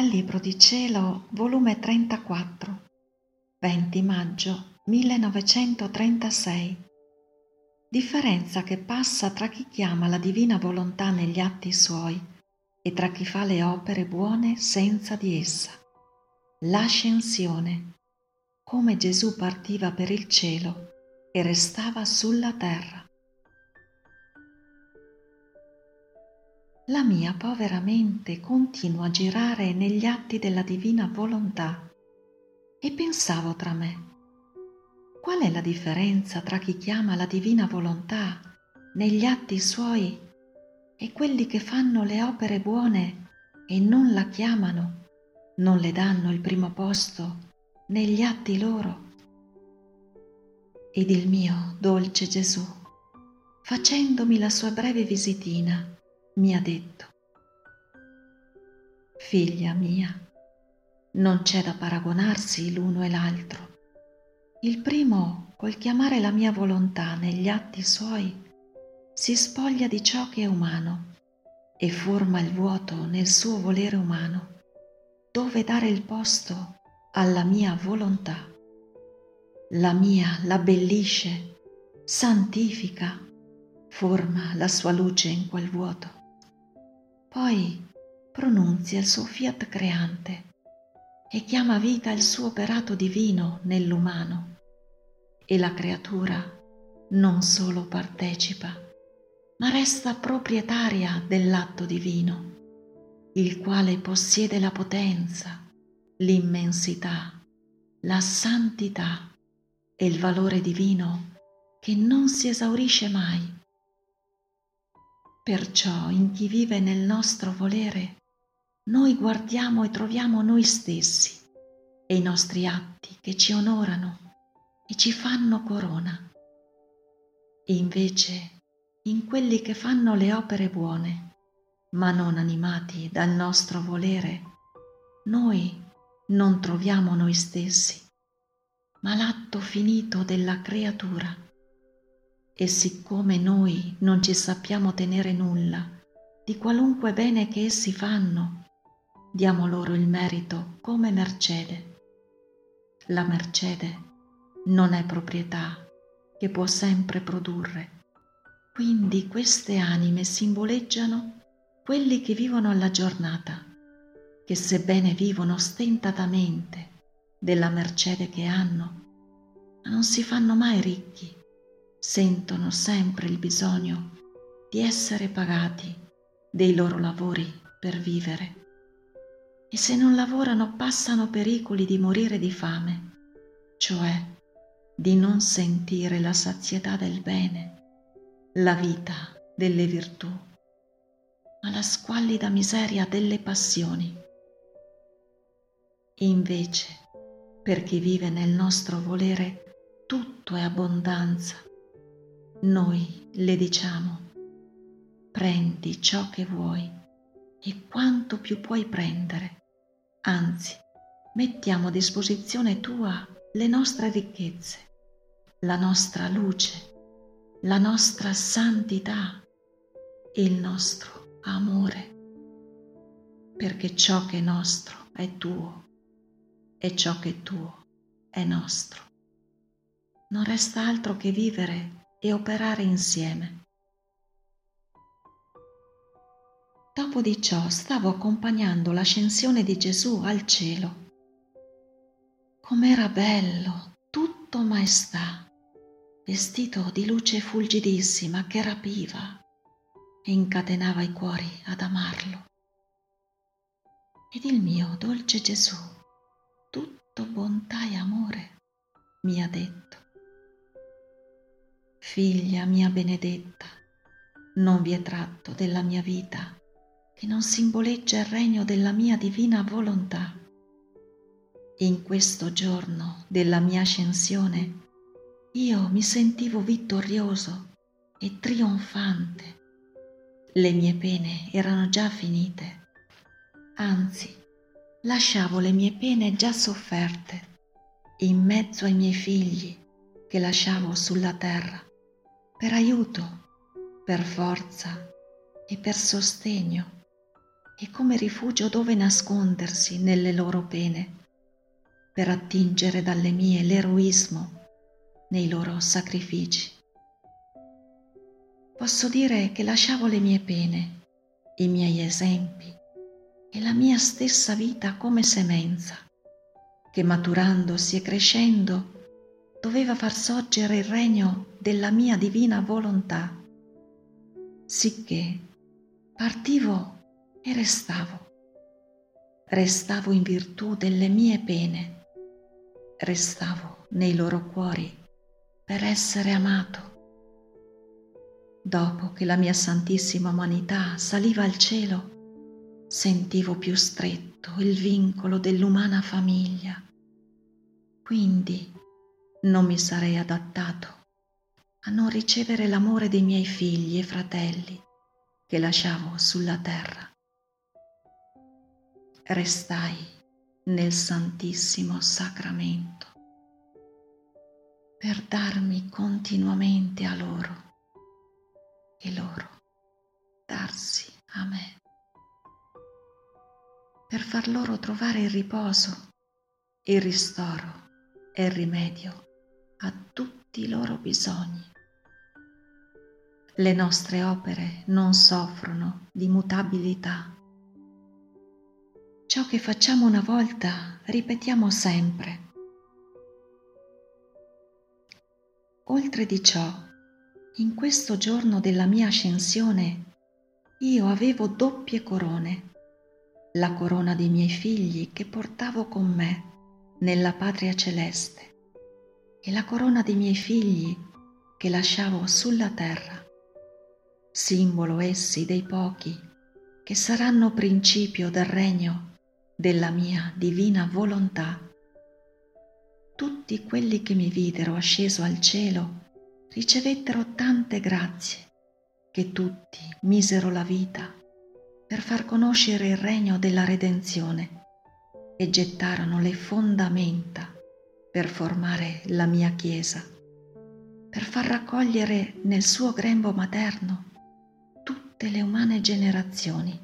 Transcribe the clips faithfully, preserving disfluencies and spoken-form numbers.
Dal Libro di Cielo, volume trentaquattro, venti maggio millenovecentotrentasei. Differenza che passa tra chi chiama la divina volontà negli atti suoi e tra chi fa le opere buone senza di essa. L'ascensione, come Gesù partiva per il cielo e restava sulla terra. La mia povera mente continua a girare negli atti della divina volontà e pensavo tra me: qual è la differenza tra chi chiama la divina volontà negli atti suoi e quelli che fanno le opere buone e non la chiamano, non le danno il primo posto negli atti loro? Ed il mio dolce Gesù, facendomi la sua breve visitina, mi ha detto: figlia mia, non c'è da paragonarsi l'uno e l'altro. Il primo, col chiamare la mia volontà negli atti suoi, si spoglia di ciò che è umano e forma il vuoto nel suo volere umano, dove dare il posto alla mia volontà. La mia l'abbellisce, santifica, forma la sua luce in quel vuoto. Poi pronunzia il suo fiat creante e chiama vita il suo operato divino nell'umano, e la creatura non solo partecipa, ma resta proprietaria dell'atto divino, il quale possiede la potenza, l'immensità, la santità e il valore divino che non si esaurisce mai. Perciò in chi vive nel nostro volere, noi guardiamo e troviamo noi stessi e i nostri atti che ci onorano e ci fanno corona. E invece in quelli che fanno le opere buone, ma non animati dal nostro volere, noi non troviamo noi stessi, ma l'atto finito della creatura. E siccome noi non ci sappiamo tenere nulla di qualunque bene che essi fanno, diamo loro il merito come mercede. La mercede non è proprietà che può sempre produrre, quindi queste anime simboleggiano quelli che vivono alla giornata, che sebbene vivono stentatamente della mercede che hanno, ma non si fanno mai ricchi, sentono sempre il bisogno di essere pagati dei loro lavori per vivere, e se non lavorano passano pericoli di morire di fame, cioè di non sentire la sazietà del bene, la vita delle virtù, ma la squallida miseria delle passioni. E invece, per chi vive nel nostro volere, tutto è abbondanza. Noi le diciamo: prendi ciò che vuoi e quanto più puoi prendere, anzi, mettiamo a disposizione tua le nostre ricchezze, la nostra luce, la nostra santità e il nostro amore, perché ciò che è nostro è tuo e ciò che è tuo è nostro. Non resta altro che vivere e operare insieme. Dopo di ciò stavo accompagnando l'ascensione di Gesù al cielo. Com'era bello, tutto maestà, vestito di luce fulgidissima che rapiva e incatenava i cuori ad amarlo. Ed il mio dolce Gesù, tutto bontà e amore, mi ha detto: figlia mia benedetta, non vi è tratto della mia vita che non simboleggia il regno della mia divina volontà. E in questo giorno della mia ascensione io mi sentivo vittorioso e trionfante. Le mie pene erano già finite, anzi, lasciavo le mie pene già sofferte in mezzo ai miei figli che lasciavo sulla terra per aiuto, per forza e per sostegno. e come rifugio dove nascondersi nelle loro pene, per attingere dalle mie l'eroismo nei loro sacrifici. Posso dire che lasciavo le mie pene, i miei esempi e la mia stessa vita come semenza, che maturandosi e crescendo doveva far sorgere il regno della mia divina volontà, sicché partivo e restavo. Restavo in virtù delle mie pene, restavo nei loro cuori per essere amato. Dopo che la mia santissima umanità saliva al cielo, sentivo più stretto il vincolo dell'umana famiglia. Quindi non mi sarei adattato a non ricevere l'amore dei miei figli e fratelli che lasciavo sulla terra. Restai nel Santissimo Sacramento per darmi continuamente a loro e loro darsi a me, per far loro trovare il riposo, il ristoro e il rimedio a tutti i loro bisogni. Le nostre opere non soffrono di mutabilità. Ciò che facciamo una volta ripetiamo sempre. Oltre di ciò, in questo giorno della mia ascensione, io avevo doppie corone, la corona dei miei figli che portavo con me nella patria celeste e la corona dei miei figli che lasciavo sulla terra, simbolo essi dei pochi che saranno principio del regno della mia divina volontà. Tutti quelli che mi videro asceso al cielo ricevettero tante grazie che tutti misero la vita per far conoscere il regno della redenzione e gettarono le fondamenta per formare la mia Chiesa, per far raccogliere nel suo grembo materno tutte le umane generazioni.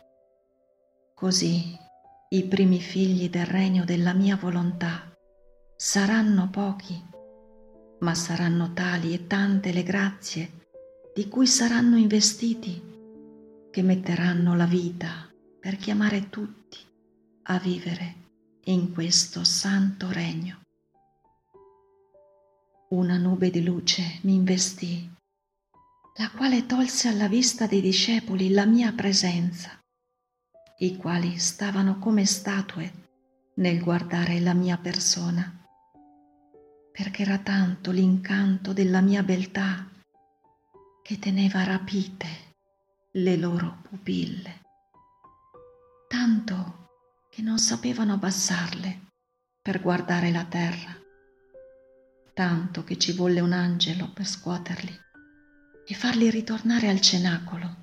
Così i primi figli del regno della mia volontà saranno pochi, ma saranno tali e tante le grazie di cui saranno investiti, che metteranno la vita per chiamare tutti a vivere in questo santo regno. Una nube di luce mi investì, la quale tolse alla vista dei discepoli la mia presenza, i quali stavano come statue nel guardare la mia persona, perché era tanto l'incanto della mia beltà che teneva rapite le loro pupille, tanto che non sapevano abbassarle per guardare la terra, tanto che ci volle un angelo per scuoterli e farli ritornare al cenacolo.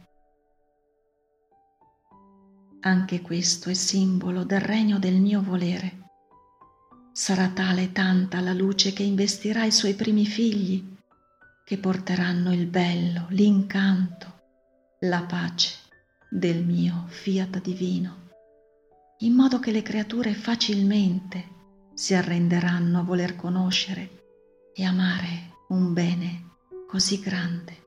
Anche questo è simbolo del regno del mio volere. Sarà tale tanta la luce che investirà i suoi primi figli, che porteranno il bello, l'incanto, la pace del mio fiat divino, in modo che le creature facilmente si arrenderanno a voler conoscere e amare un bene così grande.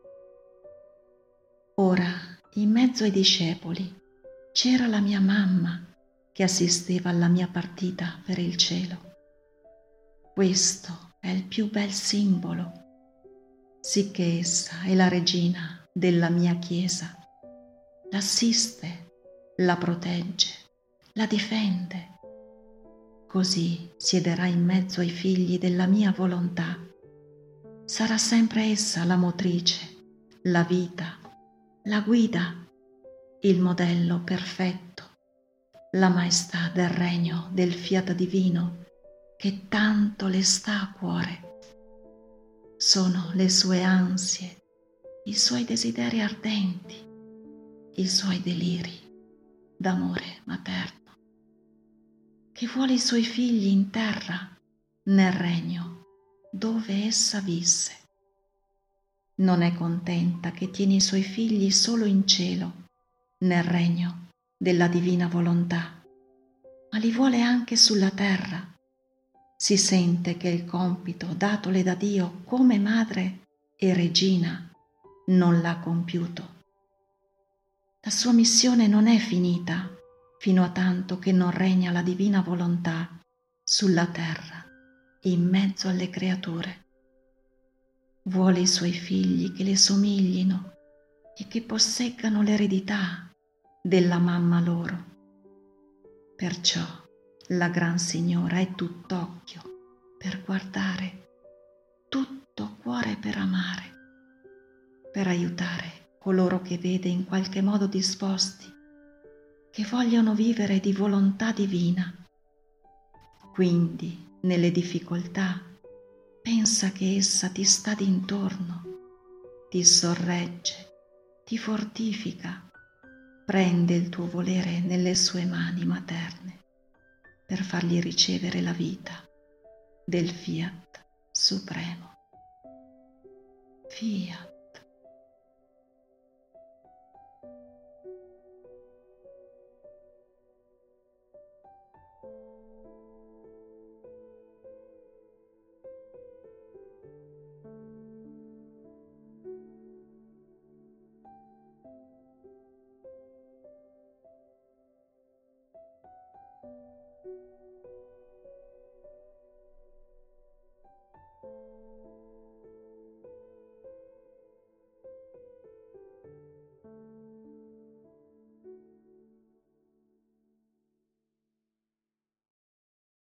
Ora, in mezzo ai discepoli, c'era la mia mamma che assisteva alla mia partita per il cielo. Questo è il più bel simbolo, sicché essa è la regina della mia Chiesa. L'assiste, la protegge, la difende. Così siederà in mezzo ai figli della mia volontà. Sarà sempre essa la motrice, la vita, la guida, il modello perfetto, la maestà del regno del fiat divino che tanto le sta a cuore. Sono le sue ansie, i suoi desideri ardenti, i suoi deliri d'amore materno, che vuole i suoi figli in terra, nel regno dove essa visse. Non è contenta che tiene i suoi figli solo in cielo, nel regno della divina volontà, ma li vuole anche sulla terra. Si sente che il compito datole da Dio come madre e regina non l'ha compiuto. La sua missione non è finita fino a tanto che non regna la divina volontà sulla terra, in mezzo alle creature. Vuole i suoi figli che le somiglino e che posseggano l'eredità della mamma loro. Perciò la Gran Signora è tutt'occhio per guardare, tutto cuore per amare, per aiutare coloro che vede in qualche modo disposti, che vogliono vivere di volontà divina. Quindi, nelle difficoltà, pensa che essa ti sta d'intorno, ti sorregge, ti fortifica, prende il tuo volere nelle sue mani materne per fargli ricevere la vita del Fiat Supremo. Fiat.